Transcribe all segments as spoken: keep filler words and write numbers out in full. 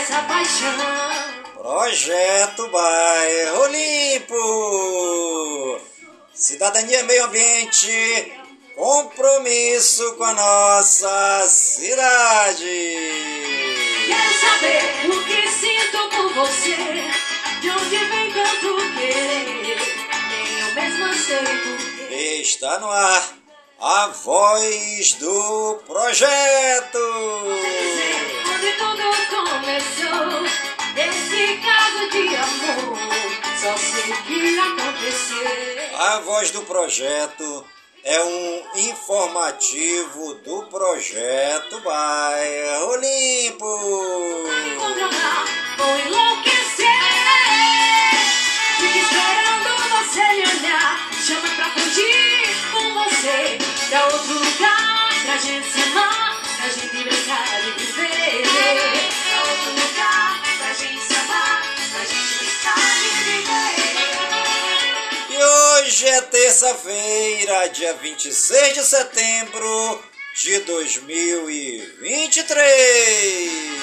essa paixão. Projeto Bairro Limpo. Cidadania e meio ambiente. Compromisso com a nossa cidade. Quero saber o que sinto por você. De onde vem tanto querer? Nem eu mesma sei por quê. Está no ar a voz do projeto. Onde tudo começou, esse caso de amor, só sei que aconteceu. A voz do projeto é um informativo do projeto Bairro Limpo. Vai controlar, vou enlouquecer. Fico esperando você me olhar. Chama pra fugir com você pra outro lugar, pra gente se amar, pra gente brincar e viver. Pra outro lugar, pra gente se amar, pra gente brincar e viver. E hoje é terça-feira, dia vinte e seis de setembro de dois mil e vinte e três.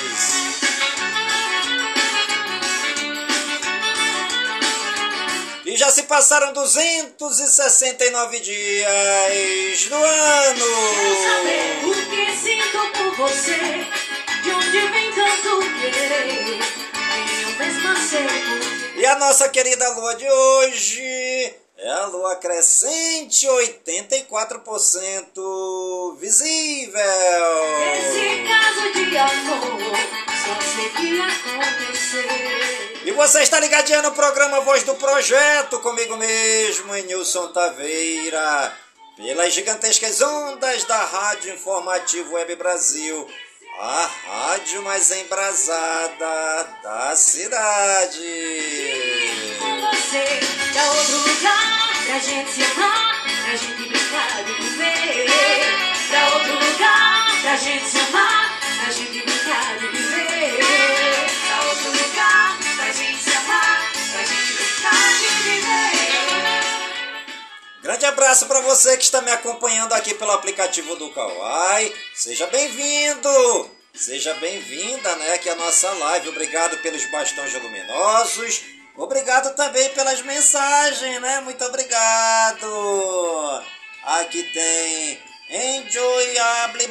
E já se passaram duzentos e sessenta e nove dias do ano. Quero saber o que sinto por você, de onde vem tanto querer, nem eu mesma sei por quê. E a nossa querida lua de hoje é a lua crescente, oitenta e quatro por cento visível. Esse caso de amor, só sei que aconteceu. E você está ligadinha no programa Voz do Projeto, comigo mesmo, em Nilson Taveira, pelas gigantescas ondas da Rádio Informativo Web Brasil, a rádio mais embrasada da cidade. Com você, pra outro lugar, pra gente se amar, pra gente brincar e viver. Pra outro lugar, pra gente se amar, pra gente brincar e viver. Pra outro lugar, pra gente se amar, pra gente brincar e viver. Grande abraço para você que está me acompanhando aqui pelo aplicativo do Kawai. Seja bem-vindo, seja bem-vinda, né, aqui a nossa live. Obrigado pelos bastões luminosos. Obrigado também pelas mensagens, né? Muito obrigado. Aqui tem Enjoyable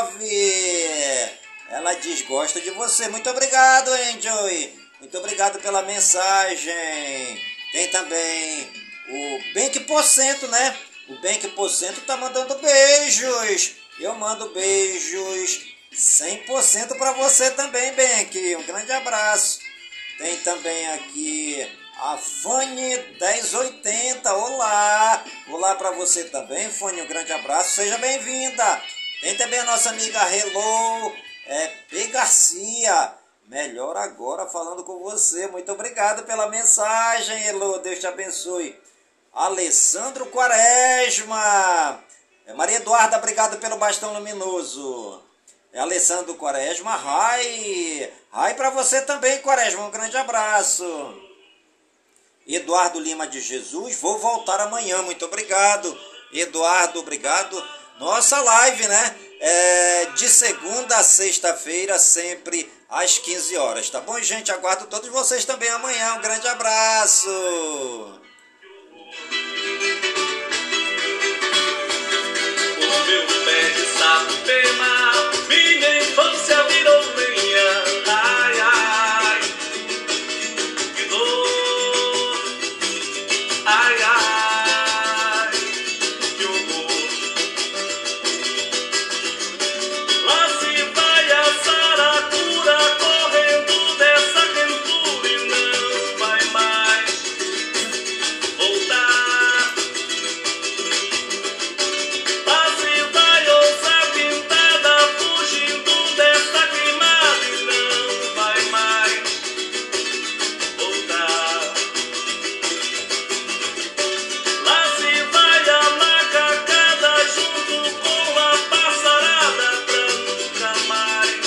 Move. Ela diz, gosta de você. Muito obrigado, Enjoy. Muito obrigado pela mensagem. Tem também o Bank Porcento, né? O Bank Porcento tá mandando beijos. Eu mando beijos cem por cento para você também, Bank. Um grande abraço. Tem também aqui a Fanny dez oitenta. Olá. Olá para você também, Fanny. Um grande abraço. Seja bem-vinda. Tem também a nossa amiga Hello, é, P. Garcia. Melhor agora falando com você. Muito obrigado pela mensagem, Hello. Deus te abençoe. Alessandro Quaresma. É, Maria Eduarda, obrigado pelo bastão luminoso. É Alessandro Quaresma. Rai. Rai para você também, Quaresma. Um grande abraço. Eduardo Lima de Jesus. Vou voltar amanhã. Muito obrigado. Eduardo, obrigado. Nossa live, né? É de segunda a sexta-feira, sempre às quinze horas. Tá bom, gente? Aguardo todos vocês também amanhã. Um grande abraço. O meu pé de Sapema, minha infância virou lenha. Ai, ai, que dor. Ai, ai, que horror. Lá se vai a saracura correndo dessa quentura e não vai mais voltar. Lá se vai ouça pintada fugindo dessa queimada e não vai mais voltar. Lá se vai a macacada junto com a passarada pra nunca mais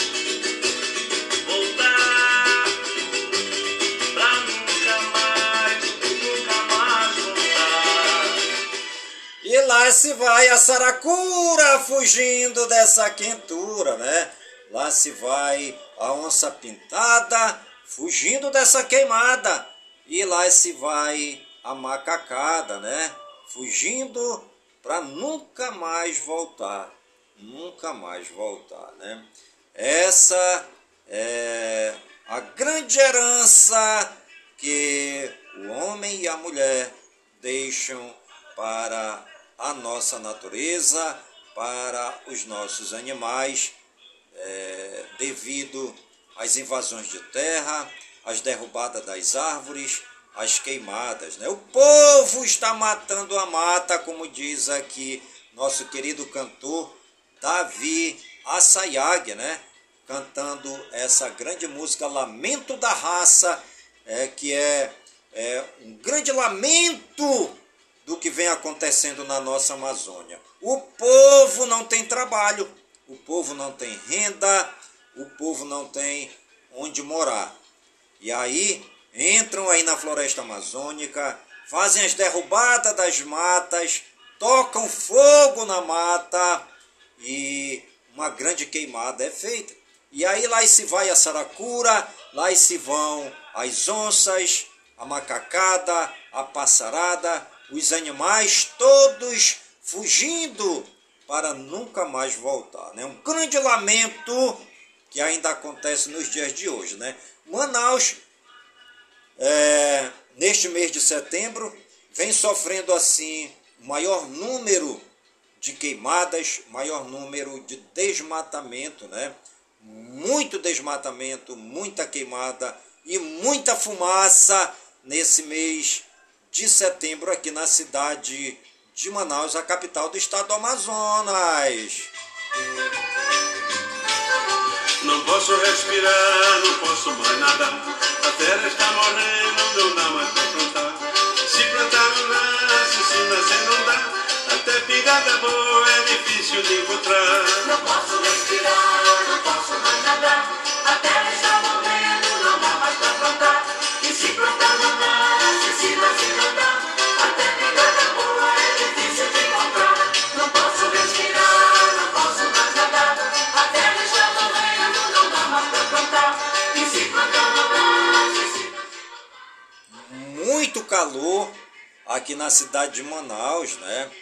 voltar. Pra nunca mais, nunca mais voltar. E lá se vai a saracura fugindo dessa quentura, né? Lá se vai a onça pintada fugindo dessa queimada. E lá se vai a macacada, né? Fugindo para nunca mais voltar. Nunca mais voltar, né? Essa é a grande herança que o homem e a mulher deixam para a nossa natureza, para os nossos animais, é, devido às invasões de terra, às derrubadas das árvores, às queimadas, né? O povo está matando a mata, como diz aqui nosso querido cantor Davi Assayag, né? Cantando essa grande música Lamento da Raça, é, que é, é um grande lamento do que vem acontecendo na nossa Amazônia. O povo não tem trabalho, o povo não tem renda, o povo não tem onde morar. E aí entram aí na floresta amazônica, fazem as derrubadas das matas, tocam fogo na mata e uma grande queimada é feita. E aí lá se vai a saracura, lá se vão as onças, a macacada, a passarada, os animais todos fugindo para nunca mais voltar, né? Um grande lamento que ainda acontece nos dias de hoje, né? Manaus, é, neste mês de setembro, vem sofrendo assim o maior número de queimadas, maior número de desmatamento, né? Muito desmatamento, muita queimada e muita fumaça nesse mês de setembro aqui na cidade de Manaus, a capital do estado do Amazonas. Não posso respirar, não posso mais nadar. A terra está morrendo, não dá mais para plantar. Se plantar não nasce, se nascer não dá. Até pingada boa é difícil de encontrar. Não posso respirar, não posso mais nadar. A terra está morrendo, não dá mais para plantar. E se plantar não nasce, se nascer não dá. Até pingada boa é difícil de encontrar. Não posso respirar, não posso mais nadar. A terra está morrendo, não dá mais para plantar. E se plantar não nasce, se nascer. Muito calor aqui na cidade de Manaus, né?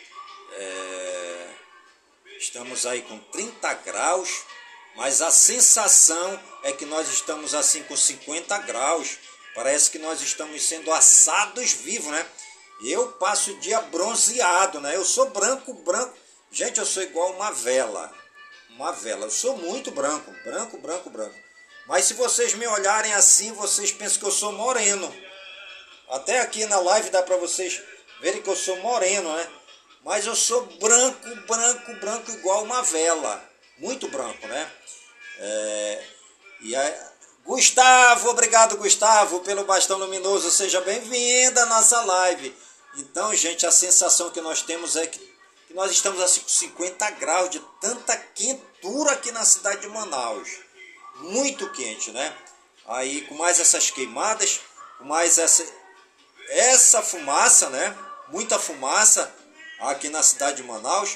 É, estamos aí com trinta graus, mas a sensação é que nós estamos assim com cinquenta graus. Parece que nós estamos sendo assados vivos, né? Eu passo o dia bronzeado, né? Eu sou branco, branco. Gente, eu sou igual uma vela. Uma vela. Eu sou muito branco, branco, branco, branco. Mas se vocês me olharem assim, vocês pensam que eu sou moreno. Até aqui na live dá para vocês verem que eu sou moreno, né? Mas eu sou branco, branco, branco, igual uma vela. Muito branco, né? É... E aí... Gustavo, obrigado Gustavo pelo bastão luminoso. Seja bem-vindo à nossa live. Então, gente, a sensação que nós temos é que, que nós estamos assim com cinquenta graus de tanta quentura aqui na cidade de Manaus. Muito quente, né? Aí com mais essas queimadas, com mais essa, essa fumaça, né? Muita fumaça aqui na cidade de Manaus.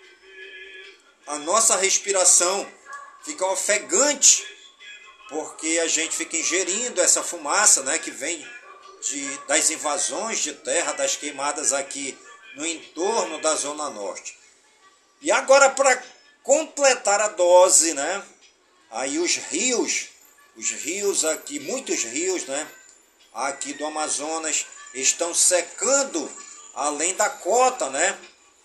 A nossa respiração fica ofegante, porque a gente fica ingerindo essa fumaça, né, que vem de, das invasões de terra, das queimadas aqui no entorno da Zona Norte. E agora, para completar a dose, né, aí os rios, os rios aqui, muitos rios, né, aqui do Amazonas, estão secando além da cota, né?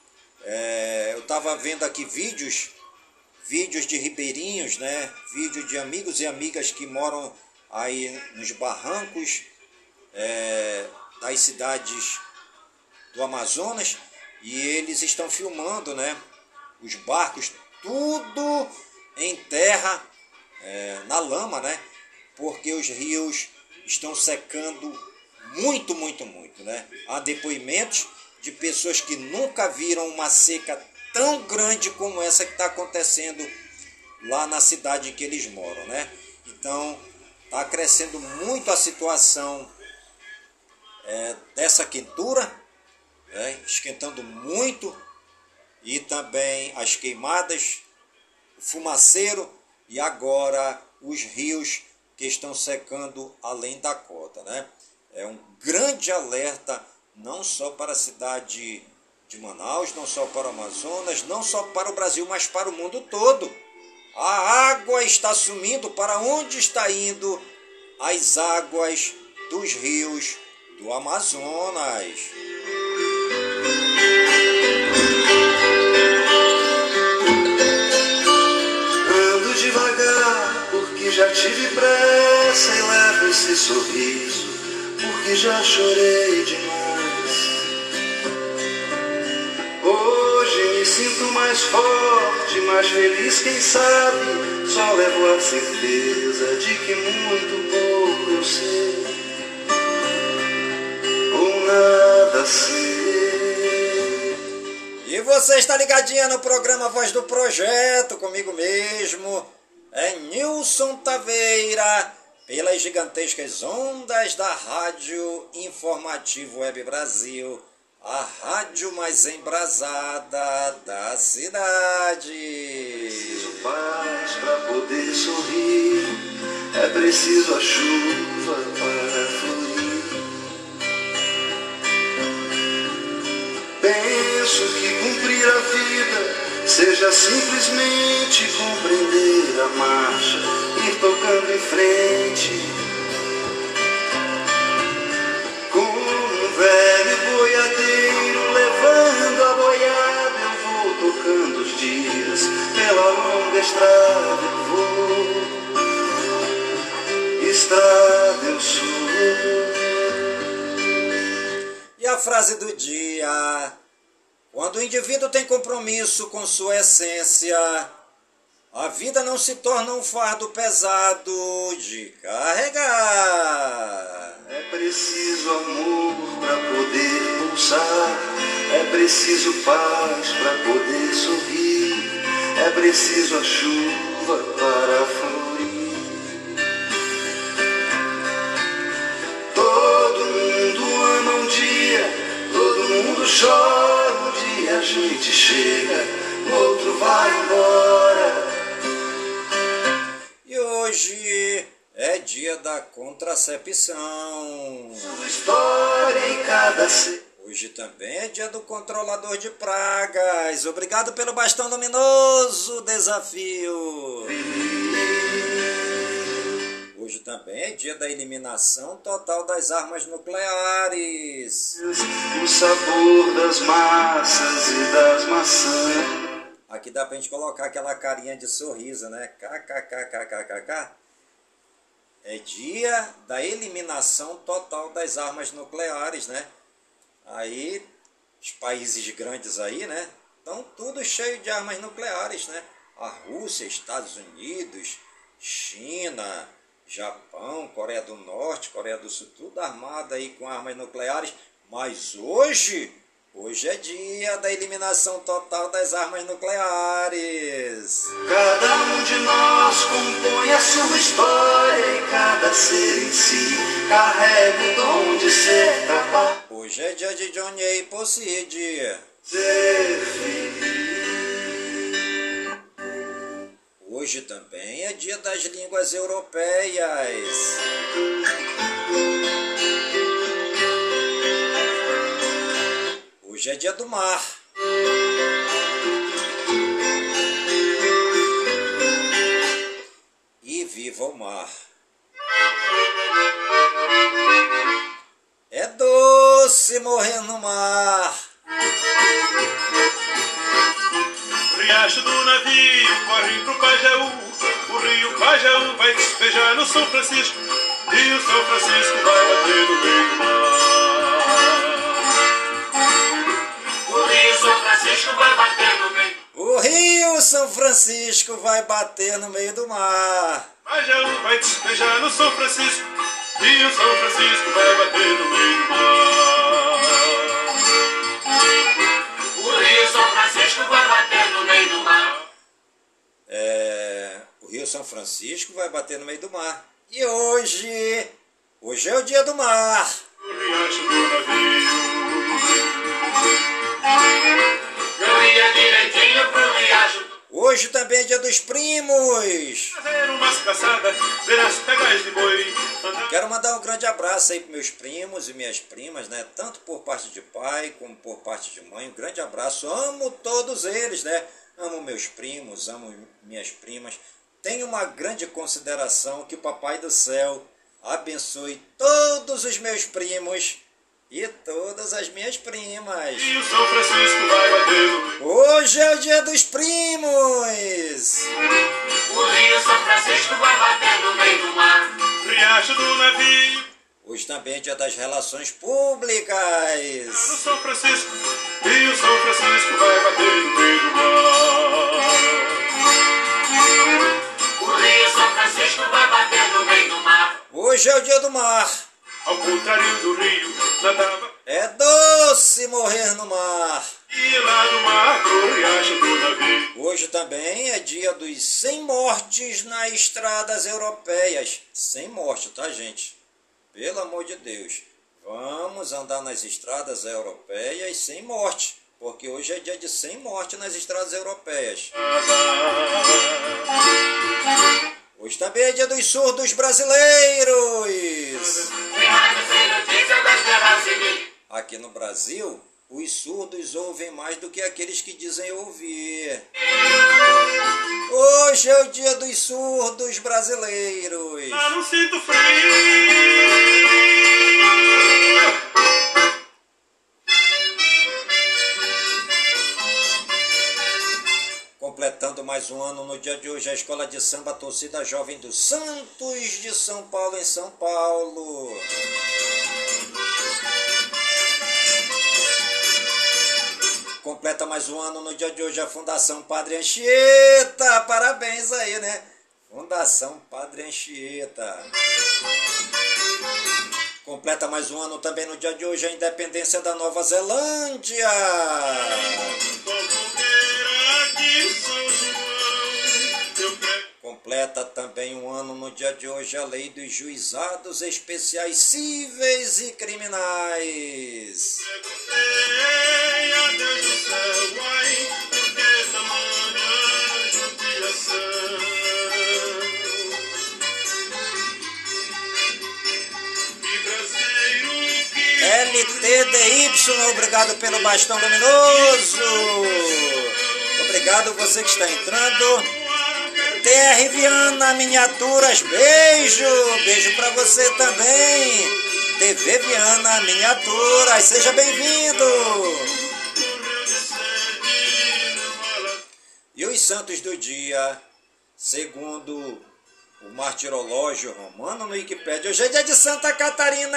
É, eu estava vendo aqui vídeos, vídeos de ribeirinhos, né? Vídeo de amigos e amigas que moram aí nos barrancos é, das cidades do Amazonas, e eles estão filmando, né? Os barcos, tudo em terra, é, na lama, né? Porque os rios estão secando muito, muito, muito, né? Há depoimentos de pessoas que nunca viram uma seca tão grande como essa que está acontecendo lá na cidade em que eles moram, né? Então, está crescendo muito a situação é, dessa quentura, né? Esquentando muito, e também as queimadas, o fumaceiro, e agora os rios que estão secando além da cota, né? É um grande alerta, não só para a cidade de Manaus, não só para o Amazonas, não só para o Brasil, mas para o mundo todo. A água está sumindo. Para onde está indo as águas dos rios do Amazonas? Ando devagar, porque já tive pressa, e levo esse sorriso, porque já chorei demais. Hoje me sinto mais forte, mais feliz, quem sabe. Só levo a certeza de que muito pouco eu sei, ou nada sei. E você está ligadinha no programa Voz do Projeto, comigo mesmo, é Nilson Taveira, pelas gigantescas ondas da Rádio Informativo Web Brasil, a rádio mais embrasada da cidade. Preciso paz para poder sorrir, é preciso a chuva para fluir. Penso que cumprir a vida seja simplesmente compreender a marcha, ir tocando em frente. Velho boiadeiro levando a boiada, eu vou tocando os dias, pela longa estrada eu vou, estrada eu sou. E a frase do dia: quando o indivíduo tem compromisso com sua essência, a vida não se torna um fardo pesado de carregar. É preciso amor para poder pulsar, é preciso paz para poder sorrir, é preciso a chuva para fluir. Todo mundo ama um dia, todo mundo chora um dia, a gente chega, outro vai embora. E hoje é dia da contracepção. Sua história em cada ser. Hoje também é dia do controlador de pragas. Obrigado pelo bastão luminoso, desafio. Hoje também é dia da eliminação total das armas nucleares. O sabor das massas e das maçãs. Aqui dá pra gente colocar aquela carinha de sorriso, né? Kkkkkkk. É dia da eliminação total das armas nucleares, né? Aí, os países grandes aí, né? Estão tudo cheio de armas nucleares, né? A Rússia, Estados Unidos, China, Japão, Coreia do Norte, Coreia do Sul, tudo armado aí com armas nucleares. Mas hoje, hoje é dia da eliminação total das armas nucleares. Cada um de nós compõe a sua história e cada ser em si carrega o dom de ser capaz. Hoje é dia de Johnny A. Posside. Ser feliz. Hoje também é dia das línguas europeias. Hoje é dia do mar. E viva o mar. É doce morrer no mar. Riacho do navio corre pro Pajeú, o rio Pajeú vai despejar no São Francisco, e o São Francisco vai bater no meio do mar. O Rio São Francisco vai bater no meio. O Rio São Francisco vai bater no meio do mar. Pajeú vai despejar no São Francisco, e o São Francisco vai bater no meio do mar. O Rio São Francisco vai bater no meio do mar. É, o Rio São Francisco vai bater no meio do mar. E hoje, hoje é o dia do mar. O riacho do navio. Eu ia direitinho pro riacho. Hoje também é dia dos primos. Fazer umas caçadas, ver as pegas de boi. Andar... Quero mandar um grande abraço aí para meus primos e minhas primas, né? Tanto por parte de pai como por parte de mãe. Um grande abraço. Amo todos eles, né? Amo meus primos, amo minhas primas. Tenho uma grande consideração que o Papai do Céu abençoe todos os meus primos e todas as minhas primas. E o São Francisco vai batendo. Hoje é o dia dos primos. O rio São Francisco vai bater no meio do mar. Riacho do navio. Hoje também é dia das relações públicas. No São Francisco. E o São Francisco vai bater no meio do mar. O rio São Francisco vai bater no meio do mar. Hoje é o dia do mar. Ao contrário do rio, nadava. É doce morrer no mar. E lá do mar, pro riacho do navio. Hoje também é dia dos cem mortes nas estradas europeias. Sem morte, tá, gente? Pelo amor de Deus. Vamos andar nas estradas europeias sem morte. Porque hoje é dia de cem mortes nas estradas europeias. Hoje também é dia dos surdos brasileiros. Aqui no Brasil, os surdos ouvem mais do que aqueles que dizem ouvir. Hoje é o dia dos surdos brasileiros. Ah, não sinto frio. Completando mais um ano no dia de hoje, a Escola de Samba Torcida Jovem dos Santos de São Paulo, em São Paulo. Completa mais um ano no dia de hoje a Fundação Padre Anchieta. Parabéns aí, né? Fundação Padre Anchieta. Completa mais um ano também no dia de hoje a independência da Nova Zelândia. Completa também um ano no dia de hoje a lei dos juizados especiais cíveis e criminais. L T D Y, obrigado pelo bastão luminoso. Obrigado você que está entrando. T R Viana Miniaturas, beijo, beijo pra você também. T V Viana Miniaturas, seja bem-vindo. E os santos do dia, segundo o martirológio romano no Wikipédia, hoje é dia de Santa Catarina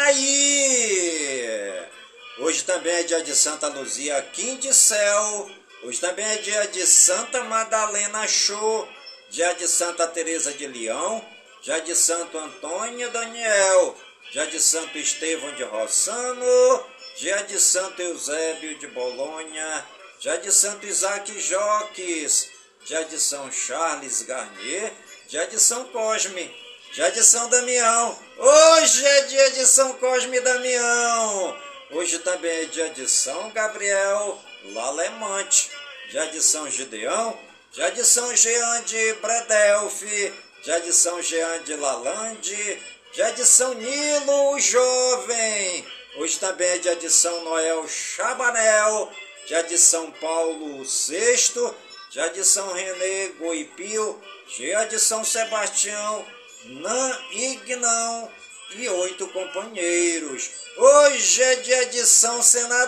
aí. Hoje também é dia de Santa Luzia Quindicel. Hoje também é dia de Santa Madalena Show. Dia de Santa Teresa de Leão, dia de Santo Antônio Daniel, dia de Santo Estevão de Rossano, dia de Santo Eusébio de Bolonha, dia de Santo Isaac Joques, dia de São Charles Garnier, dia de São Cosme, dia de São Damião. Hoje é dia de São Cosme e Damião. Hoje também é dia de São Gabriel Lalemante, dia de São Gideão, dia de São Jean de Bredelfe, dia de São Jean de Lalande, dia de São Nilo o Jovem. Hoje também é dia de São Noel Chabanel, dia de São Paulo sexto, dia de São René Goipio, dia de São Sebastião Nan Ignão e oito companheiros. Hoje é dia de São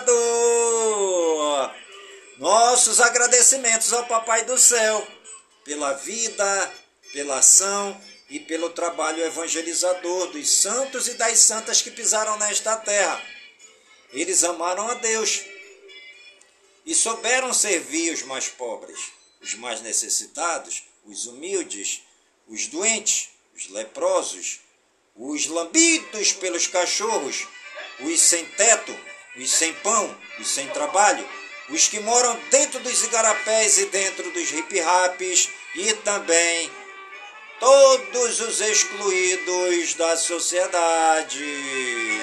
Senador. Nossos agradecimentos ao Papai do Céu pela vida, pela ação e pelo trabalho evangelizador dos santos e das santas que pisaram nesta terra. Eles amaram a Deus e souberam servir os mais pobres, os mais necessitados, os humildes, os doentes, os leprosos, os lambidos pelos cachorros, os sem teto, os sem pão, os sem trabalho, os que moram dentro dos igarapés e dentro dos hip-raps e também todos os excluídos da sociedade.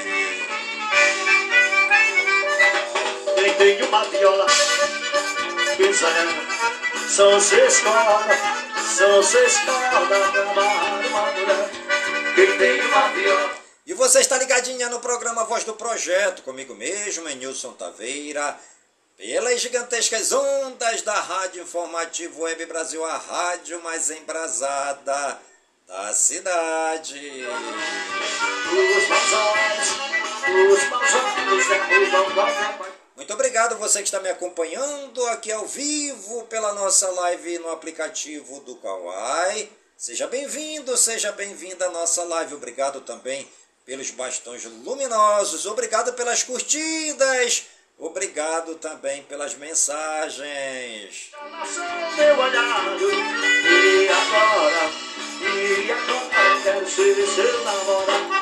Quem tem uma viola pisar. São seis cordas, são seis cordas pra amar uma mulher. Quem tem uma viola. E você está ligadinha no programa Voz do Projeto, comigo mesmo, Enilson Taveira, pelas gigantescas ondas da Rádio Informativo Web Brasil, a rádio mais embrasada da cidade. Os maus olhos, os maus olhos derrubam qualquer... Muito obrigado você que está me acompanhando aqui ao vivo pela nossa live no aplicativo do Kawai. Seja bem-vindo, seja bem-vinda à nossa live. Obrigado também pelos bastões luminosos, obrigado pelas curtidas, obrigado também pelas mensagens. Meu olhado, e agora, e agora quero ser seu namorado.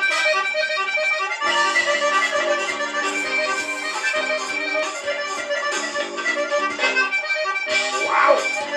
Uau!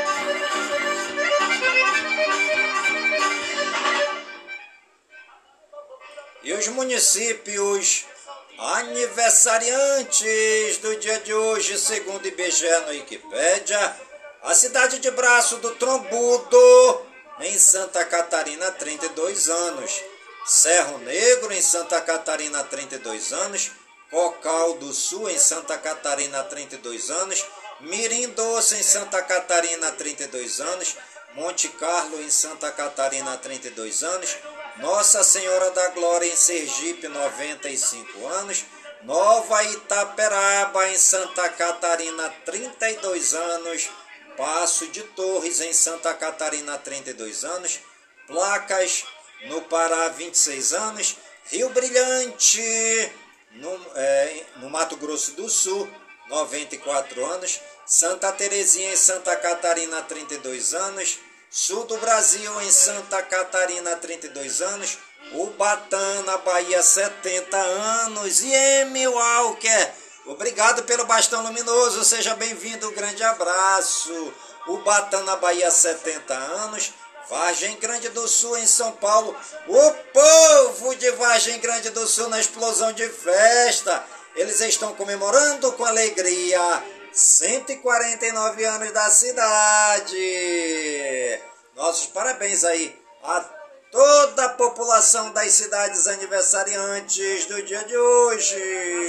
E os municípios aniversariantes do dia de hoje, segundo o I B G E na Wikipédia, a cidade de Braço do Trombudo, em Santa Catarina, trinta e dois anos. Cerro Negro, em Santa Catarina, trinta e dois anos. Cocal do Sul, em Santa Catarina, trinta e dois anos. Mirim Doce, em Santa Catarina, trinta e dois anos. Monte Carlo, em Santa Catarina, trinta e dois anos. Nossa Senhora da Glória, em Sergipe, noventa e cinco anos. Nova Itaperaba, em Santa Catarina, trinta e dois anos. Passo de Torres, em Santa Catarina, trinta e dois anos. Placas, no Pará, vinte e seis anos. Rio Brilhante, no, é, no Mato Grosso do Sul, noventa e quatro anos. Santa Terezinha, em Santa Catarina, trinta e dois anos. Sul do Brasil, em Santa Catarina, trinta e dois anos. Ubatã, na Bahia, setenta anos. E M. Walker, obrigado pelo bastão luminoso, seja bem-vindo, um grande abraço. Ubatã, na Bahia, setenta anos. Vargem Grande do Sul, em São Paulo. O povo de Vargem Grande do Sul na explosão de festa. Eles estão comemorando com alegria cento e quarenta e nove anos da cidade. Nossos parabéns aí a toda a população das cidades aniversariantes do dia de hoje.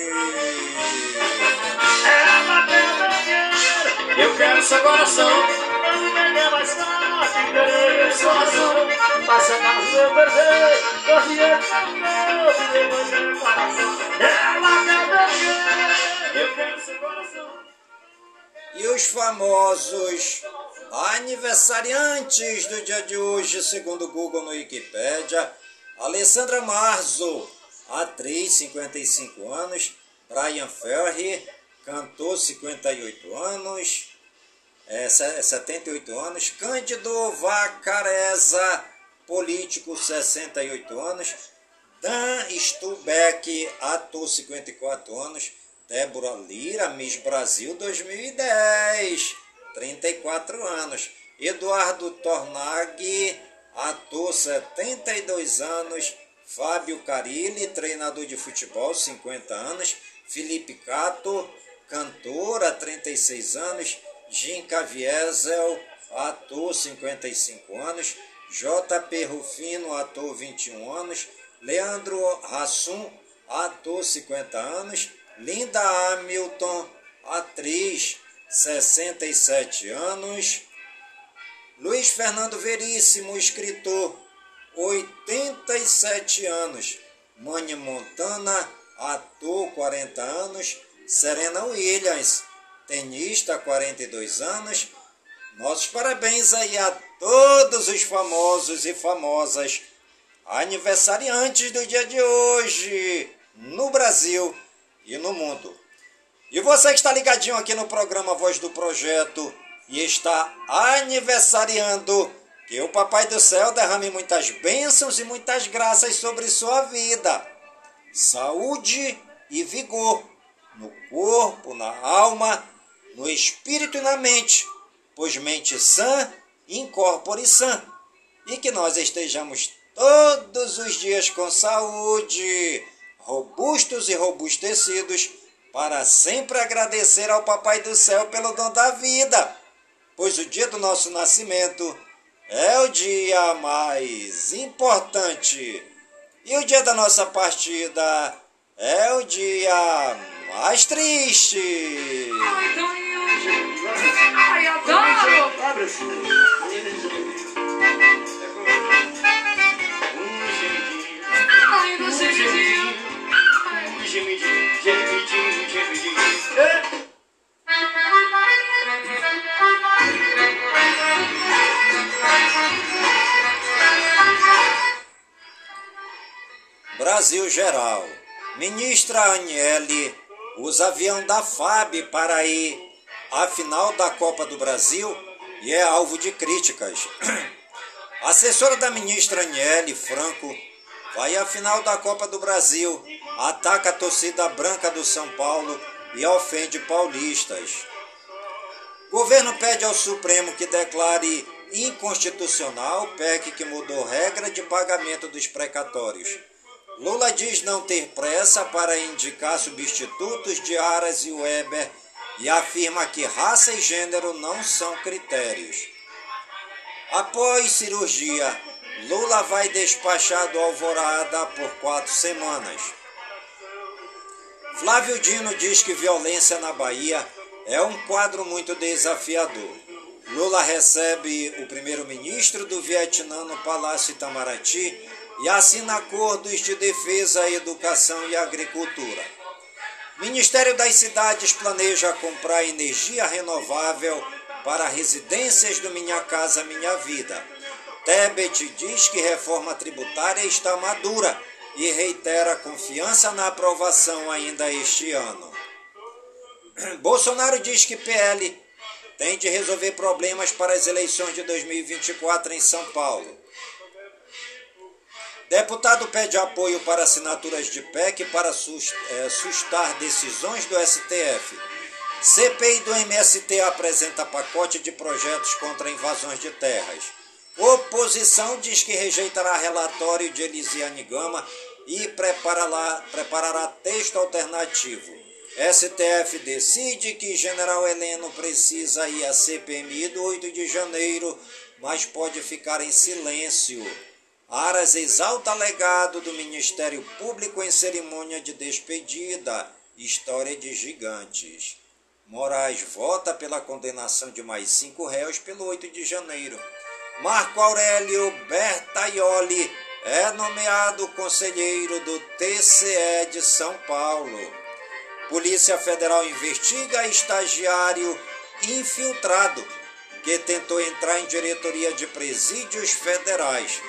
Ela quer dinheiro, eu quero seu coração. Não me é mais forte, querer sua razão. Passa a casa do meu perfeito, o dinheiro é meu, meu coração. Ela quer dinheiro, eu quero seu coração. E os famosos aniversariantes do dia de hoje, segundo o Google no Wikipédia: Alessandra Marzo, atriz, cinquenta e cinco anos. Brian Ferry, cantor, cinquenta e oito anos, é, setenta e oito anos. Cândido Vacareza, político, sessenta e oito anos. Dan Stulbeck, ator, cinquenta e quatro anos. Débora Lira, Miss Brasil dois mil e dez, trinta e quatro anos. Eduardo Tornag, ator, setenta e dois anos. Fábio Carilli, treinador de futebol, cinquenta anos. Felipe Cato, cantora, trinta e seis anos. Jim Caviezel, ator, cinquenta e cinco anos. J P Rufino, ator, vinte e um anos. Leandro Hassum, ator, cinquenta anos. Linda Hamilton, atriz, sessenta e sete anos. Luiz Fernando Veríssimo, escritor, oitenta e sete anos. Mani Montana, ator, quarenta anos. Serena Williams, tenista, quarenta e dois anos. Nossos parabéns aí a todos os famosos e famosas aniversariantes do dia de hoje, no Brasil e no mundo. E você que está ligadinho aqui no programa Voz do Projeto e está aniversariando, que o Papai do Céu derrame muitas bênçãos e muitas graças sobre sua vida. Saúde e vigor no corpo, na alma, no espírito e na mente, pois mente sã, incorpore sã. E que nós estejamos todos os dias com saúde, robustos e robustecidos, para sempre agradecer ao Papai do Céu pelo dom da vida, pois o dia do nosso nascimento é o dia mais importante e o dia da nossa partida é o dia mais triste. Ai, Toninho, ai, adoro! Abre assim. Ai, no gemidinho. Gemidinho, gemidinho, gemidinho. Brasil Geral. Ministra Aniele usa avião da F A B para ir à final da Copa do Brasil e é alvo de críticas. A assessora da ministra Aniele Franco vai à final da Copa do Brasil, ataca a torcida branca do São Paulo e ofende paulistas. Governo pede ao Supremo que declare inconstitucional P E C que mudou regra de pagamento dos precatórios. Lula diz não ter pressa para indicar substitutos de Aras e Weber e afirma que raça e gênero não são critérios. Após cirurgia, Lula vai despachar do Alvorada por quatro semanas. Flávio Dino diz que violência na Bahia é um quadro muito desafiador. Lula recebe o primeiro-ministro do Vietnã no Palácio Itamaraty e assina acordos de defesa, educação e agricultura. Ministério das Cidades planeja comprar energia renovável para residências do Minha Casa Minha Vida. Tebet diz que reforma tributária está madura e reitera confiança na aprovação ainda este ano. Bolsonaro diz que P L tem de resolver problemas para as eleições de dois mil e vinte e quatro em São Paulo. Deputado pede apoio para assinaturas de P E C para sustar decisões do S T F. C P I do M S T apresenta pacote de projetos contra invasões de terras. Oposição diz que rejeitará relatório de Elisiane Gama e preparará, preparará texto alternativo. S T F decide que General Heleno precisa ir à C P M I do oito de janeiro, mas pode ficar em silêncio. Aras exalta legado do Ministério Público em cerimônia de despedida. História de gigantes. Moraes vota pela condenação de mais cinco réus pelo oito de janeiro. Marco Aurélio Bertaioli é nomeado conselheiro do T C E de São Paulo. Polícia Federal investiga estagiário infiltrado que tentou entrar em diretoria de presídios federais.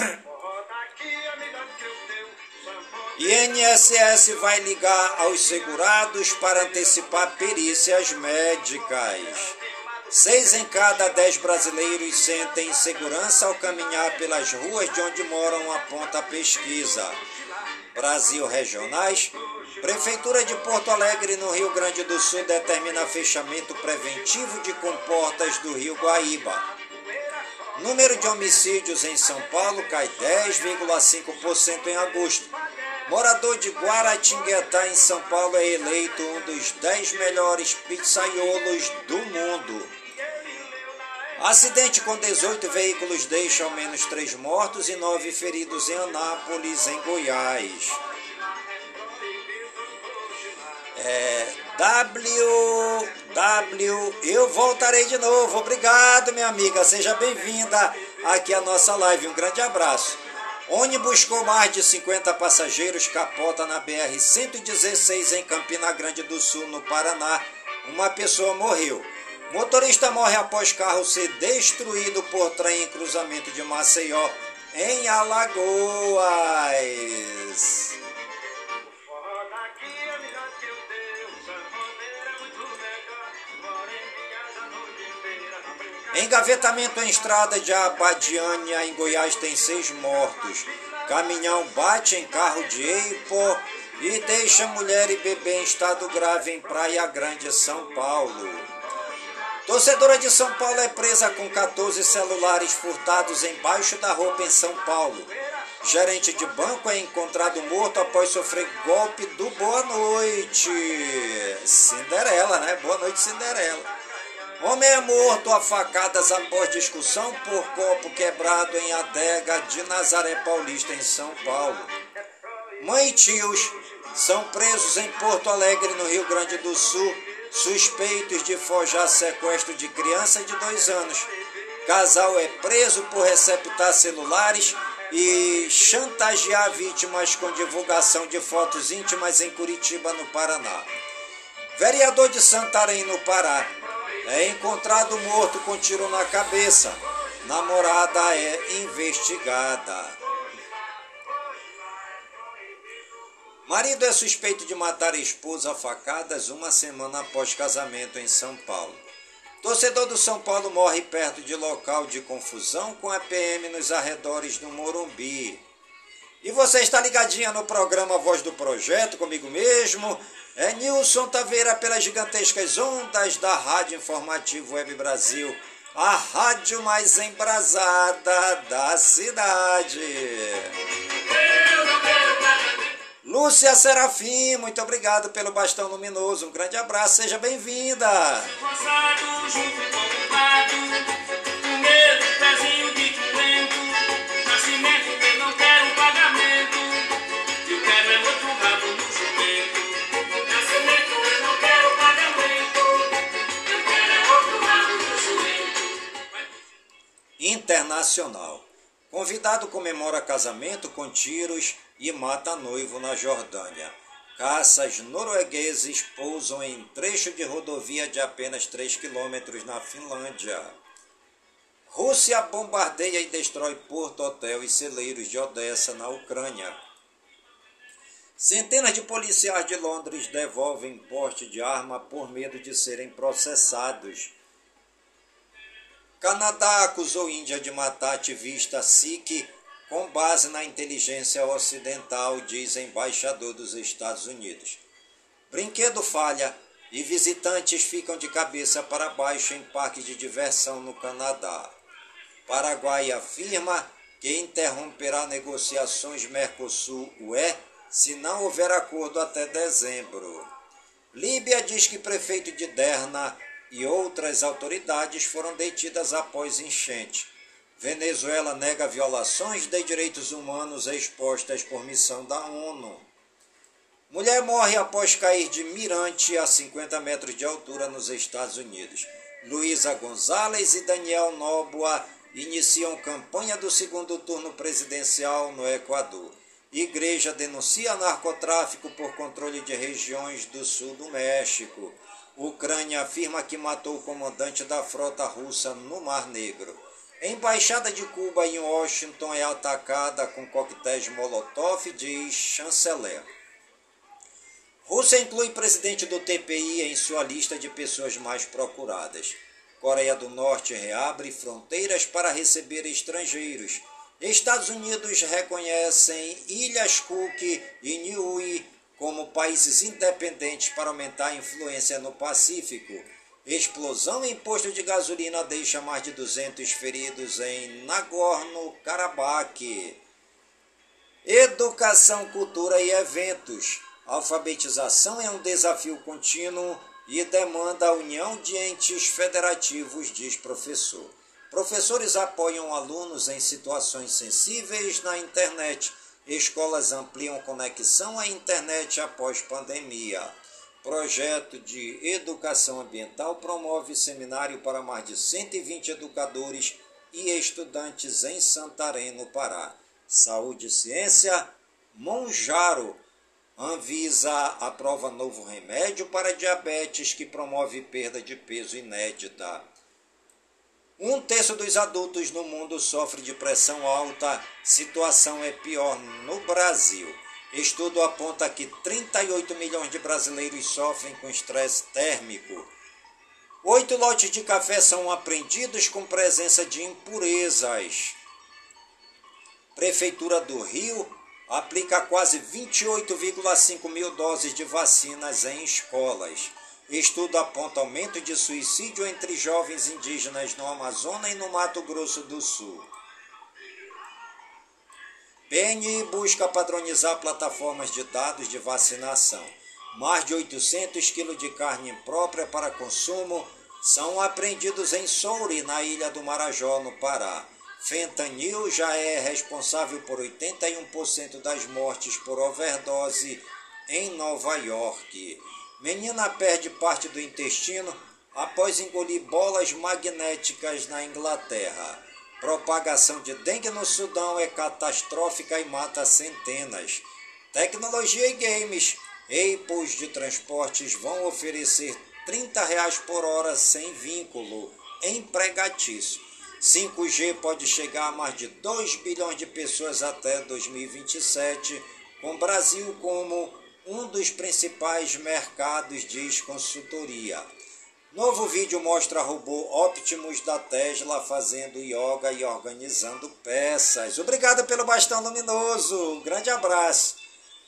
I N S S vai ligar aos segurados para antecipar perícias médicas. Seis em cada dez brasileiros sentem insegurança ao caminhar pelas ruas de onde moram, aponta a pesquisa. Brasil Regionais. Prefeitura de Porto Alegre, no Rio Grande do Sul, determina fechamento preventivo de comportas do Rio Guaíba. Número de homicídios em São Paulo cai dez vírgula cinco por cento em agosto. Morador de Guaratinguetá, em São Paulo, é eleito um dos dez melhores pizzaiolos do mundo. Acidente com dezoito veículos deixa ao menos três mortos e nove feridos em Anápolis, em Goiás. É, W, W, eu voltarei de novo. Obrigado, minha amiga. Seja bem-vinda aqui à nossa live. Um grande abraço. Ônibus com mais de cinquenta passageiros capota na B R cento e dezesseis em Campina Grande do Sul, no Paraná. Uma pessoa morreu. Motorista morre após carro ser destruído por trem em cruzamento de Maceió, em Alagoas. Engavetamento em estrada de Abadiânia, em Goiás, tem seis mortos. Caminhão bate em carro de Eipo e deixa mulher e bebê em estado grave em Praia Grande, São Paulo. Torcedora de São Paulo é presa com quatorze celulares furtados embaixo da roupa em São Paulo. Gerente de banco é encontrado morto após sofrer golpe do Boa Noite. Cinderela, né? Boa noite, Cinderela. Homem é morto a facadas após discussão por copo quebrado em adega de Nazaré Paulista, em São Paulo. Mãe e tios são presos em Porto Alegre, no Rio Grande do Sul, suspeitos de forjar sequestro de criança de dois anos. Casal é preso por receptar celulares e chantagear vítimas com divulgação de fotos íntimas em Curitiba, no Paraná. Vereador de Santarém, no Pará, é encontrado morto com tiro na cabeça. Namorada é investigada. Marido é suspeito de matar a esposa a facadas uma semana após casamento em São Paulo. Torcedor do São Paulo morre perto de local de confusão com a P M nos arredores do Morumbi. E você está ligadinha no programa Voz do Projeto, comigo mesmo. É Nilson Taveira pelas gigantescas ondas da Rádio Informativo Web Brasil, a rádio mais embrasada da cidade. Lúcia Serafim, muito obrigado pelo bastão luminoso. Um grande abraço, seja bem-vinda. Internacional. Convidado comemora casamento com tiros e mata noivo na Jordânia. Caças noruegueses pousam em trecho de rodovia de apenas três quilômetros na Finlândia. Rússia bombardeia e destrói porto, hotel e celeiros de Odessa, na Ucrânia. Centenas de policiais de Londres devolvem porte de arma por medo de serem processados. Canadá acusou Índia de matar ativista Sikh com base na inteligência ocidental, diz embaixador dos Estados Unidos. Brinquedo falha e visitantes ficam de cabeça para baixo em parque de diversão no Canadá. Paraguai afirma que interromperá negociações Mercosul-U E se não houver acordo até dezembro. Líbia diz que prefeito de Derna e outras autoridades foram detidas após enchente. Venezuela nega violações de direitos humanos expostas por missão da ONU. Mulher morre após cair de mirante a cinquenta metros de altura nos Estados Unidos. Luísa Gonzalez e Daniel Noboa iniciam campanha do segundo turno presidencial no Equador. Igreja denuncia narcotráfico por controle de regiões do sul do México. Ucrânia afirma que matou o comandante da frota russa no Mar Negro. Embaixada de Cuba em Washington é atacada com coquetéis Molotov, diz chanceler. Rússia inclui presidente do T P I em sua lista de pessoas mais procuradas. Coreia do Norte reabre fronteiras para receber estrangeiros. Estados Unidos reconhecem Ilhas Cook e Niue como países independentes para aumentar a influência no Pacífico. Explosão em posto de gasolina deixa mais de duzentos feridos em Nagorno-Karabakh. Educação, cultura e eventos. Alfabetização é um desafio contínuo e demanda a união de entes federativos, diz professor. Professores apoiam alunos em situações sensíveis na internet. Escolas ampliam conexão à internet após pandemia. Projeto de educação ambiental promove seminário para mais de cento e vinte educadores e estudantes em Santarém, no Pará. Saúde e ciência. Monjaro. Anvisa aprova novo remédio para diabetes que promove perda de peso inédita. Um terço dos adultos no mundo sofre de pressão alta. Situação é pior no Brasil. Estudo aponta que trinta e oito milhões de brasileiros sofrem com estresse térmico. Oito lotes de café são apreendidos com presença de impurezas. Prefeitura do Rio aplica quase vinte e oito vírgula cinco mil doses de vacinas em escolas. Estudo aponta aumento de suicídio entre jovens indígenas no Amazonas e no Mato Grosso do Sul. P N I busca padronizar plataformas de dados de vacinação. Mais de oitocentos quilos de carne imprópria para consumo são apreendidos em Soure, na ilha do Marajó, no Pará. Fentanil já é responsável por oitenta e um por cento das mortes por overdose em Nova York. Menina perde parte do intestino após engolir bolas magnéticas na Inglaterra. Propagação de dengue no Sudão é catastrófica e mata centenas. Tecnologia e games. Apples de transportes vão oferecer trinta reais por hora sem vínculo, empregatício. cinco G pode chegar a mais de dois bilhões de pessoas até dois mil e vinte e sete, com o Brasil como um dos principais mercados, diz consultoria. Novo vídeo mostra robô Optimus da Tesla fazendo yoga e organizando peças. Obrigado pelo bastão luminoso. Grande abraço.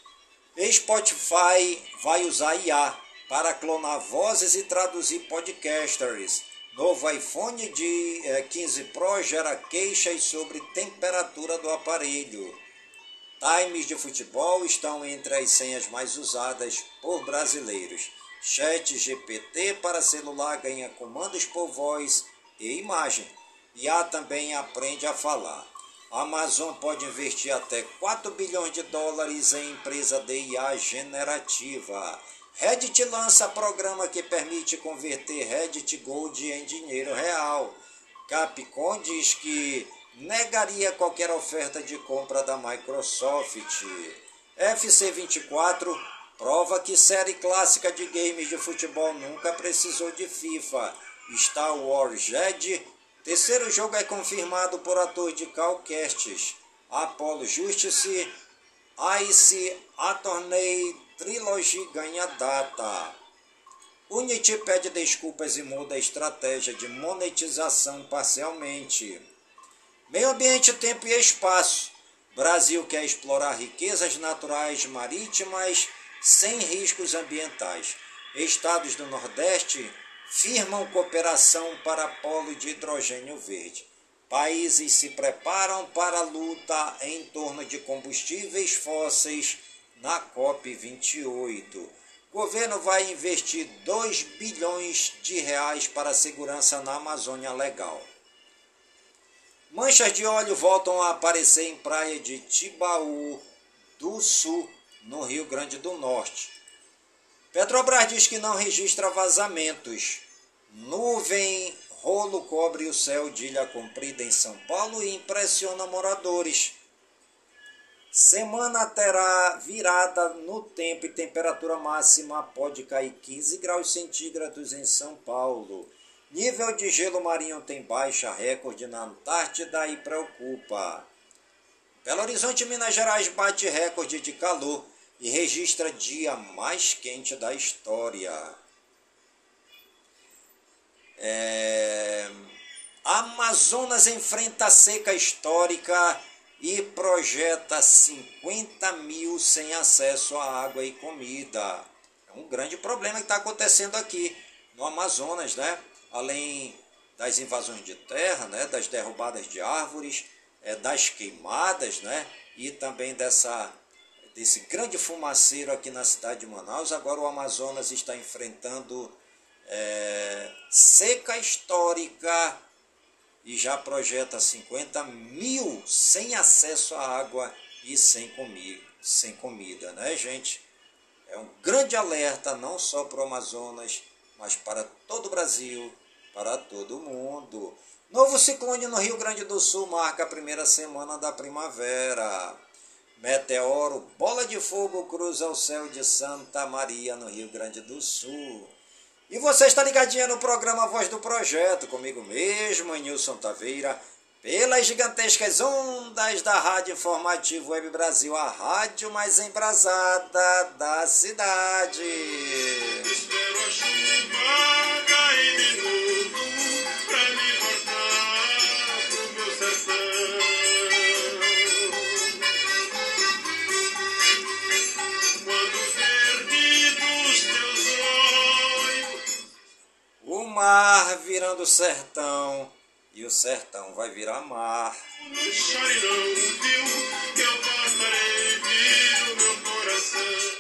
Spotify vai usar I A para clonar vozes e traduzir podcasters. Novo iPhone de eh, quinze Pro gera queixas sobre temperatura do aparelho. Times de futebol estão entre as senhas mais usadas por brasileiros. Chat G P T para celular ganha comandos por voz e imagem. I A também aprende a falar. A Amazon pode investir até quatro bilhões de dólares em empresa de I A generativa. Reddit lança programa que permite converter Reddit Gold em dinheiro real. Capcom diz que negaria qualquer oferta de compra da Microsoft. F C vinte e quatro prova que série clássica de games de futebol nunca precisou de FIFA. Star Wars Jedi, terceiro jogo é confirmado por ator de Cal Kestis. Apollo Justice, Ice Attorney Trilogy ganha data. Unity pede desculpas e muda a estratégia de monetização parcialmente. Meio ambiente, tempo e espaço. Brasil quer explorar riquezas naturais marítimas sem riscos ambientais. Estados do Nordeste firmam cooperação para polo de hidrogênio verde. Países se preparam para a luta em torno de combustíveis fósseis na COP vinte e oito. Governo vai investir dois bilhões de reais para a segurança na Amazônia Legal. Manchas de óleo voltam a aparecer em praia de Tibaú do Sul, no Rio Grande do Norte. Petrobras diz que não registra vazamentos. Nuvem, rolo cobre o céu de Ilha Comprida em São Paulo e impressiona moradores. Semana terá virada no tempo e temperatura máxima pode cair quinze graus centígrados em São Paulo. Nível de gelo marinho tem baixa recorde na Antártida e preocupa. Belo Horizonte, Minas Gerais, bate recorde de calor e registra dia mais quente da história. É... Amazonas enfrenta seca histórica e projeta cinquenta mil sem acesso à água e comida. É um grande problema que está acontecendo aqui no Amazonas, né? Além das invasões de terra, né? Das derrubadas de árvores, é, das queimadas, né? E também dessa, desse grande fumaceiro aqui na cidade de Manaus. Agora o Amazonas está enfrentando é, seca histórica e já projeta cinquenta mil sem acesso à água e sem, comi sem comida, né, gente? É um grande alerta não só para o Amazonas, mas para todo o Brasil, para todo o mundo. Novo ciclone no Rio Grande do Sul marca a primeira semana da primavera. Meteoro, bola de fogo, cruza o céu de Santa Maria, no Rio Grande do Sul. E você está ligadinha no programa Voz do Projeto, comigo mesmo, Nilson Taveira, pelas gigantescas ondas da Rádio Informativo Web Brasil, a rádio mais embrasada da cidade. Espero a chuva cair de novo pra me voltar pro meu sertão. Quando verde dos teus olhos, o mar virando sertão, e o sertão vai virar mar. não chore não, viu, que eu farei vir o meu coração.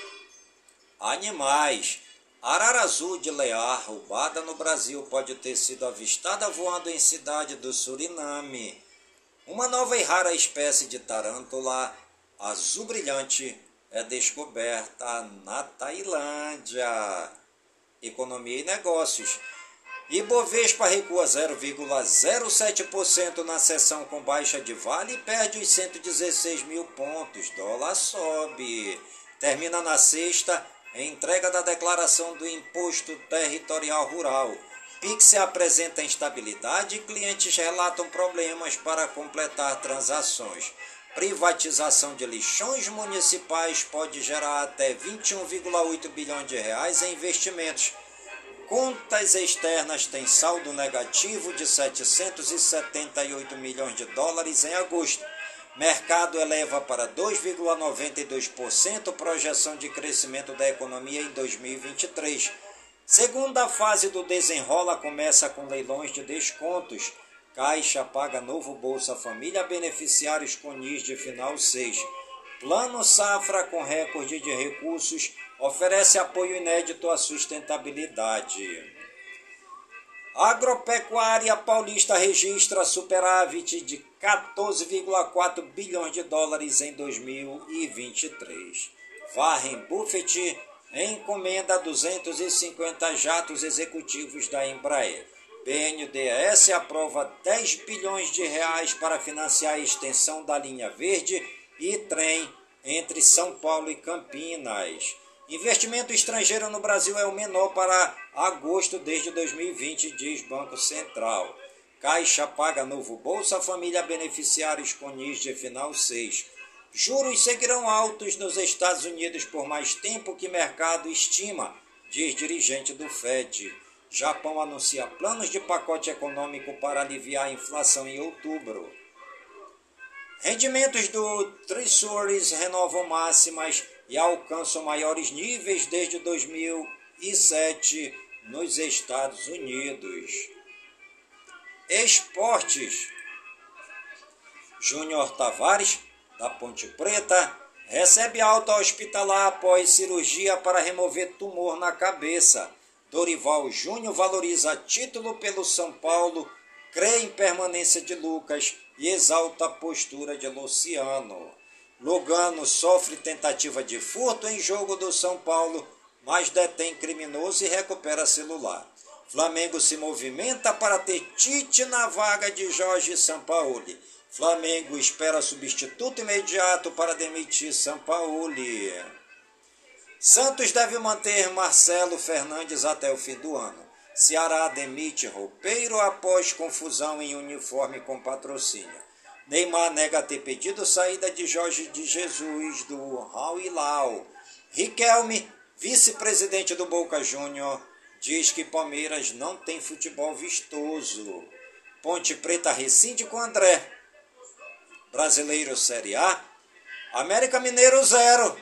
Animais. Arara azul de Lear, roubada no Brasil, pode ter sido avistada voando em cidade do Suriname. Uma nova e rara espécie de tarântula azul brilhante é descoberta na Tailândia. Economia e negócios. Ibovespa recua zero vírgula zero sete por cento na sessão com baixa de Vale e perde os cento e dezesseis mil pontos. Dólar sobe. Termina na sexta entrega da declaração do Imposto Territorial Rural. Pix apresenta instabilidade e clientes relatam problemas para completar transações. Privatização de lixões municipais pode gerar até vinte e um vírgula oito bilhões de reais em investimentos. Contas externas têm saldo negativo de setecentos e setenta e oito milhões de dólares em agosto. Mercado eleva para dois vírgula noventa e dois por cento projeção de crescimento da economia em dois mil e vinte e três. Segunda fase do Desenrola começa com leilões de descontos. Caixa paga novo Bolsa Família a beneficiários com N I S de final seis. Plano Safra com recorde de recursos oferece apoio inédito à sustentabilidade. Agropecuária paulista registra superávit de quatorze vírgula quatro bilhões de dólares em dois mil e vinte e três. Warren Buffett encomenda duzentos e cinquenta jatos executivos da Embraer. B N D E S aprova dez bilhões de reais para financiar a extensão da linha verde e trem entre São Paulo e Campinas. Investimento estrangeiro no Brasil é o menor para agosto desde dois mil e vinte, diz Banco Central. Caixa paga novo Bolsa Família a beneficiários com N I S de final seis. Juros seguirão altos nos Estados Unidos por mais tempo que mercado estima, diz dirigente do Fed. Japão anuncia planos de pacote econômico para aliviar a inflação em outubro. Rendimentos do Treasuries renovam máximas e alcançam maiores níveis desde dois mil e sete nos Estados Unidos. Esportes. Júnior Tavares, da Ponte Preta, recebe alta hospitalar após cirurgia para remover tumor na cabeça. Dorival Júnior valoriza título pelo São Paulo, crê em permanência de Lucas e exalta a postura de Luciano. Lugano sofre tentativa de furto em jogo do São Paulo, mas detém criminoso e recupera celular. Flamengo se movimenta para ter Tite na vaga de Jorge Sampaoli. Flamengo espera substituto imediato para demitir Sampaoli. Santos deve manter Marcelo Fernandes até o fim do ano. Ceará demite roupeiro após confusão em uniforme com patrocínio. Neymar nega ter pedido saída de Jorge de Jesus do Al Hilal. Riquelme, vice-presidente do Boca Júnior, diz que Palmeiras não tem futebol vistoso. Ponte Preta rescinde com André. Brasileiro Série A. América Mineiro zero.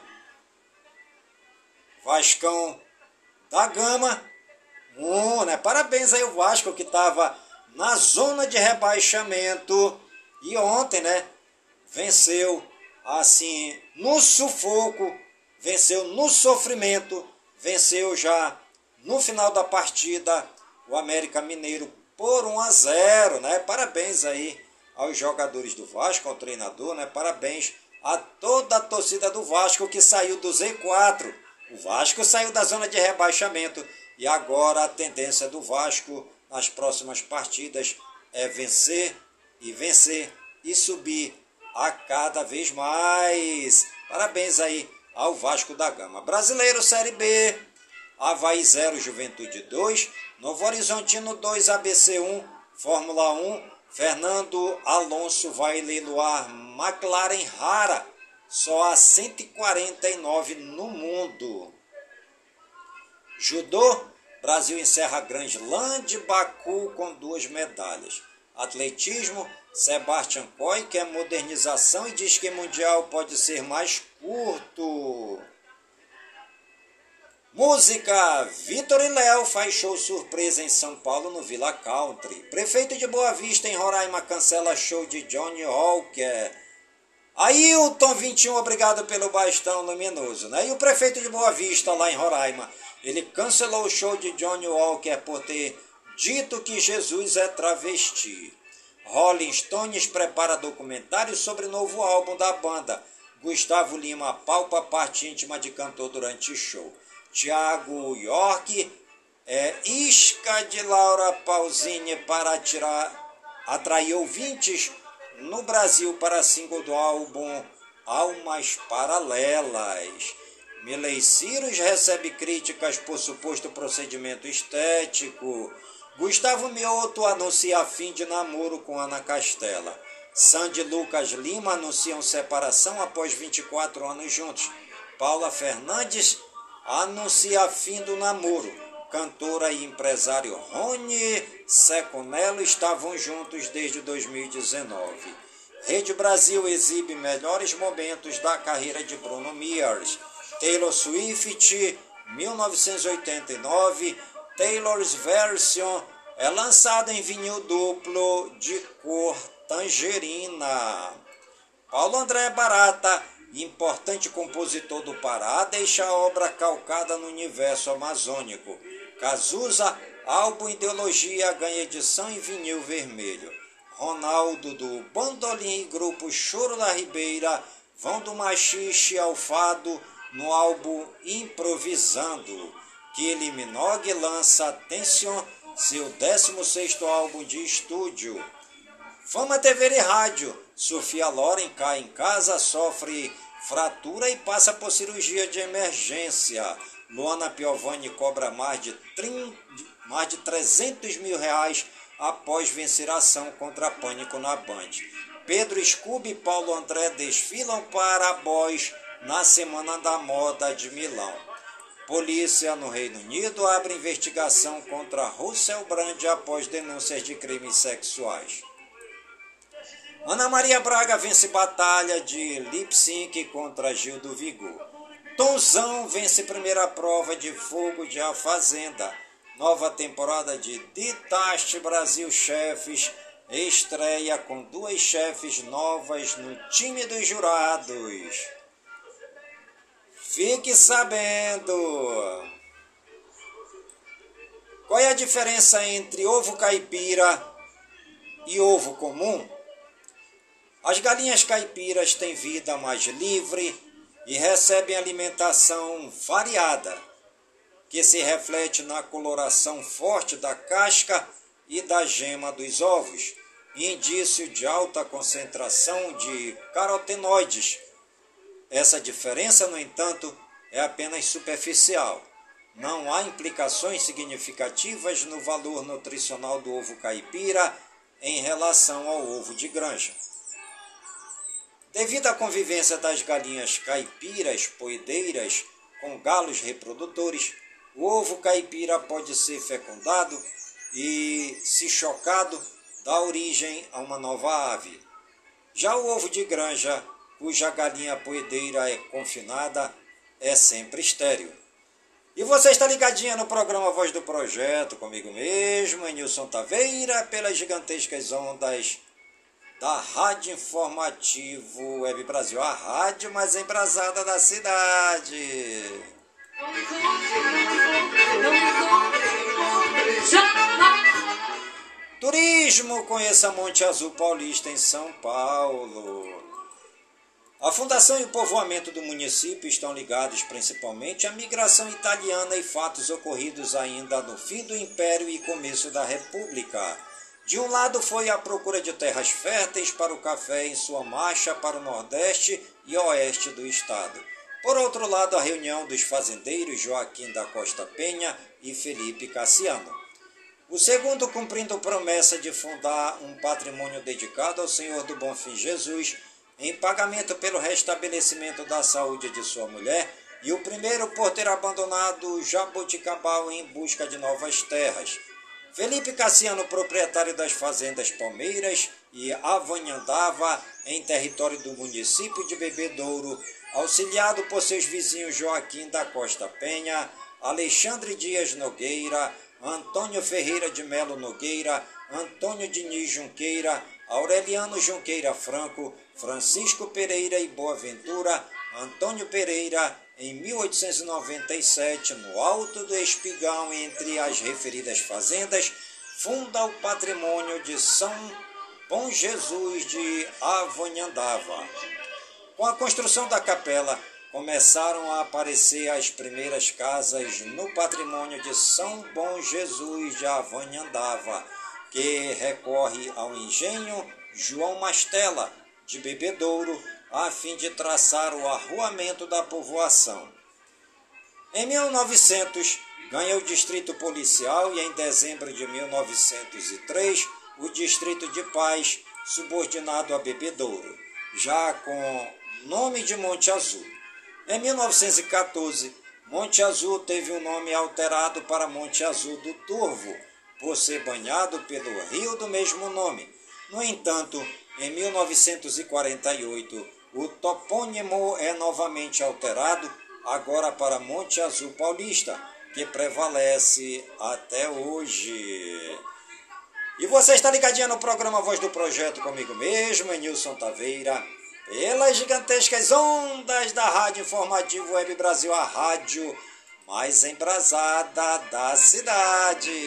Vascão da Gama um, né? Parabéns aí o Vasco que estava na zona de rebaixamento e ontem, né, venceu assim no sufoco, venceu no sofrimento, venceu já no final da partida o América Mineiro por um a zero, né? Parabéns aí aos jogadores do Vasco, ao treinador, né? Parabéns a toda a torcida do Vasco que saiu do Z quatro. O Vasco saiu da zona de rebaixamento e agora a tendência do Vasco nas próximas partidas é vencer e vencer e subir a cada vez mais. Parabéns aí ao Vasco da Gama. Brasileiro Série B, Avaí zero, Juventude dois, Novo Horizontino dois, A B C um, Fórmula um, Fernando Alonso vai leiloar McLaren rara, só a cento e quarenta e nove no mundo. Judô, Brasil encerra Grand Slam de Baku com duas medalhas. Atletismo, Sebastian Coe quer modernização e diz que Mundial pode ser mais curto. Música, Vitor e Léo faz show surpresa em São Paulo no Villa Country. Prefeito de Boa Vista em Roraima cancela show de Johnny Walker. Ailton vinte e um, obrigado pelo bastão luminoso, né? E o prefeito de Boa Vista, lá em Roraima, ele cancelou o show de Johnny Walker por ter dito que Jesus é travesti. Rolling Stones prepara documentário sobre o novo álbum da banda. Gustavo Lima palpa a parte íntima de cantor durante o show. Thiago York, é, isca de Laura Pausini para tirar, atrair ouvintes no Brasil para single do álbum Almas Paralelas. Miley Cyrus recebe críticas por suposto procedimento estético. Gustavo Mioto anuncia fim de namoro com Ana Castela. Sandy e Lucas Lima anunciam separação após vinte e quatro anos juntos. Paula Fernandes anuncia fim do namoro. Cantora e empresário Rony Secunello estavam juntos desde dois mil e dezenove. Rede Brasil exibe melhores momentos da carreira de Bruno Mars. Taylor Swift, mil novecentos e oitenta e nove, Taylor's Version é lançada em vinil duplo de cor tangerina. Paulo André Barata, importante compositor do Pará, deixa a obra calcada no universo amazônico. Cazuza, álbum Ideologia, ganha edição em vinil vermelho. Ronaldo do Bandolim e grupo Choro da Ribeira vão do machixe ao fado no álbum Improvisando. Kylie Minogue lança Attention, seu décimo sexto álbum de estúdio. Fama T V e Rádio, Sofia Loren cai em casa, sofre fratura e passa por cirurgia de emergência. Luana Piovani cobra mais de, trinta, mais de trezentos mil reais após vencer a ação contra Pânico na Band. Pedro Scooby e Paulo André desfilam para Boys na Semana da Moda de Milão. Polícia no Reino Unido abre investigação contra Russell Brand após denúncias de crimes sexuais. Ana Maria Braga vence batalha de lip sync contra Gil do Vigor. Tonzão vence primeira prova de fogo de A Fazenda. Nova temporada de Ditaste Brasil Chefes estreia com duas chefes novas no time dos jurados. Fique sabendo. Qual é a diferença entre ovo caipira e ovo comum? As galinhas caipiras têm vida mais livre e recebem alimentação variada, que se reflete na coloração forte da casca e da gema dos ovos, indício de alta concentração de carotenoides. Essa diferença, no entanto, é apenas superficial. Não há implicações significativas no valor nutricional do ovo caipira em relação ao ovo de granja. Devido à convivência das galinhas caipiras poedeiras com galos reprodutores, o ovo caipira pode ser fecundado e, se chocado, dá origem a uma nova ave. Já o ovo de granja, cuja galinha poedeira é confinada, é sempre estéril. E você está ligadinha no programa Voz do Projeto, comigo mesmo, Nilson Taveira, pelas gigantescas ondas da Rádio Informativo Web Brasil, a rádio mais embrasada da cidade. Turismo, conheça Monte Azul Paulista em São Paulo. A fundação e o povoamento do município estão ligados principalmente à migração italiana e fatos ocorridos ainda no fim do Império e começo da República. De um lado foi a procura de terras férteis para o café em sua marcha para o nordeste e oeste do estado. Por outro lado, a reunião dos fazendeiros Joaquim da Costa Penha e Felipe Cassiano. O segundo, cumprindo promessa de fundar um patrimônio dedicado ao Senhor do Bonfim Jesus, em pagamento pelo restabelecimento da saúde de sua mulher, e o primeiro por ter abandonado Jaboticabal em busca de novas terras. Felipe Cassiano, proprietário das fazendas Palmeiras e Avanhandava, em território do município de Bebedouro, auxiliado por seus vizinhos Joaquim da Costa Penha, Alexandre Dias Nogueira, Antônio Ferreira de Melo Nogueira, Antônio Diniz Junqueira, Aureliano Junqueira Franco, Francisco Pereira e Boaventura, Antônio Pereira, em mil oitocentos e noventa e sete, no Alto do Espigão, entre as referidas fazendas, funda o patrimônio de São Bom Jesus de Avanhandava. Com a construção da capela, começaram a aparecer as primeiras casas no patrimônio de São Bom Jesus de Avanhandava, que recorre ao engenho João Mastella de Bebedouro, a fim de traçar o arruamento da povoação. Em mil e novecentos, ganha o Distrito Policial e em dezembro de mil novecentos e três, o Distrito de Paz, subordinado a Bebedouro, já com nome de Monte Azul. Em mil novecentos e quatorze, Monte Azul teve o nome alterado para Monte Azul do Turvo, por ser banhado pelo rio do mesmo nome. No entanto, em mil novecentos e quarenta e oito, o topônimo é novamente alterado, agora para Monte Azul Paulista, que prevalece até hoje. E você está ligadinho no programa Voz do Projeto comigo mesmo, Nilson Taveira, pelas gigantescas ondas da Rádio Informativo Web Brasil, a rádio mais embrasada da cidade.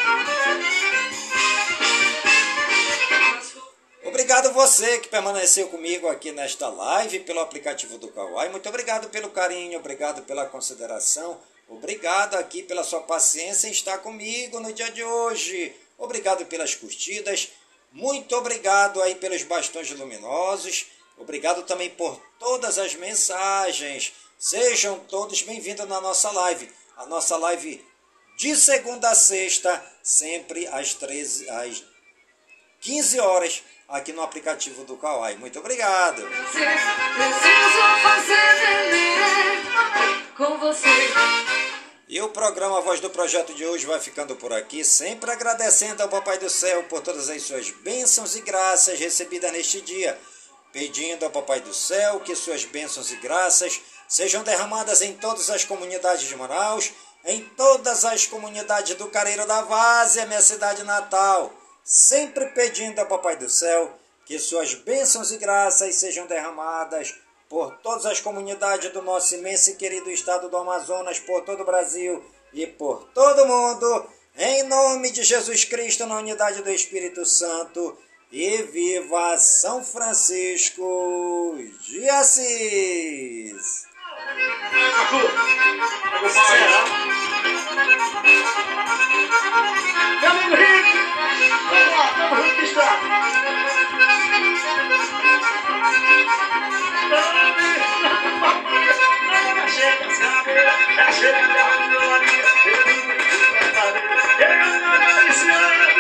Obrigado você que permaneceu comigo aqui nesta live pelo aplicativo do Kawai. Muito obrigado pelo carinho, obrigado pela consideração, obrigado aqui pela sua paciência em estar comigo no dia de hoje. Obrigado pelas curtidas, muito obrigado aí pelos bastões luminosos, obrigado também por todas as mensagens. Sejam todos bem-vindos na nossa live. A nossa live de segunda a sexta, sempre às, treze, às quinze horas, aqui no aplicativo do Kawai. Muito obrigado. Preciso fazer neném com você. E o programa Voz do Projeto de hoje vai ficando por aqui, sempre agradecendo ao Papai do Céu por todas as suas bênçãos e graças recebidas neste dia, pedindo ao Papai do Céu que suas bênçãos e graças sejam derramadas em todas as comunidades de Manaus, em todas as comunidades do Careiro da Várzea, minha cidade natal, sempre pedindo ao Papai do Céu que suas bênçãos e graças sejam derramadas por todas as comunidades do nosso imenso e querido estado do Amazonas, por todo o Brasil e por todo o mundo, em nome de Jesus Cristo, na unidade do Espírito Santo, e viva São Francisco de Assis! Meu amigo Rick, vamos lá, vamos repistar. Chega, sabe? Chega.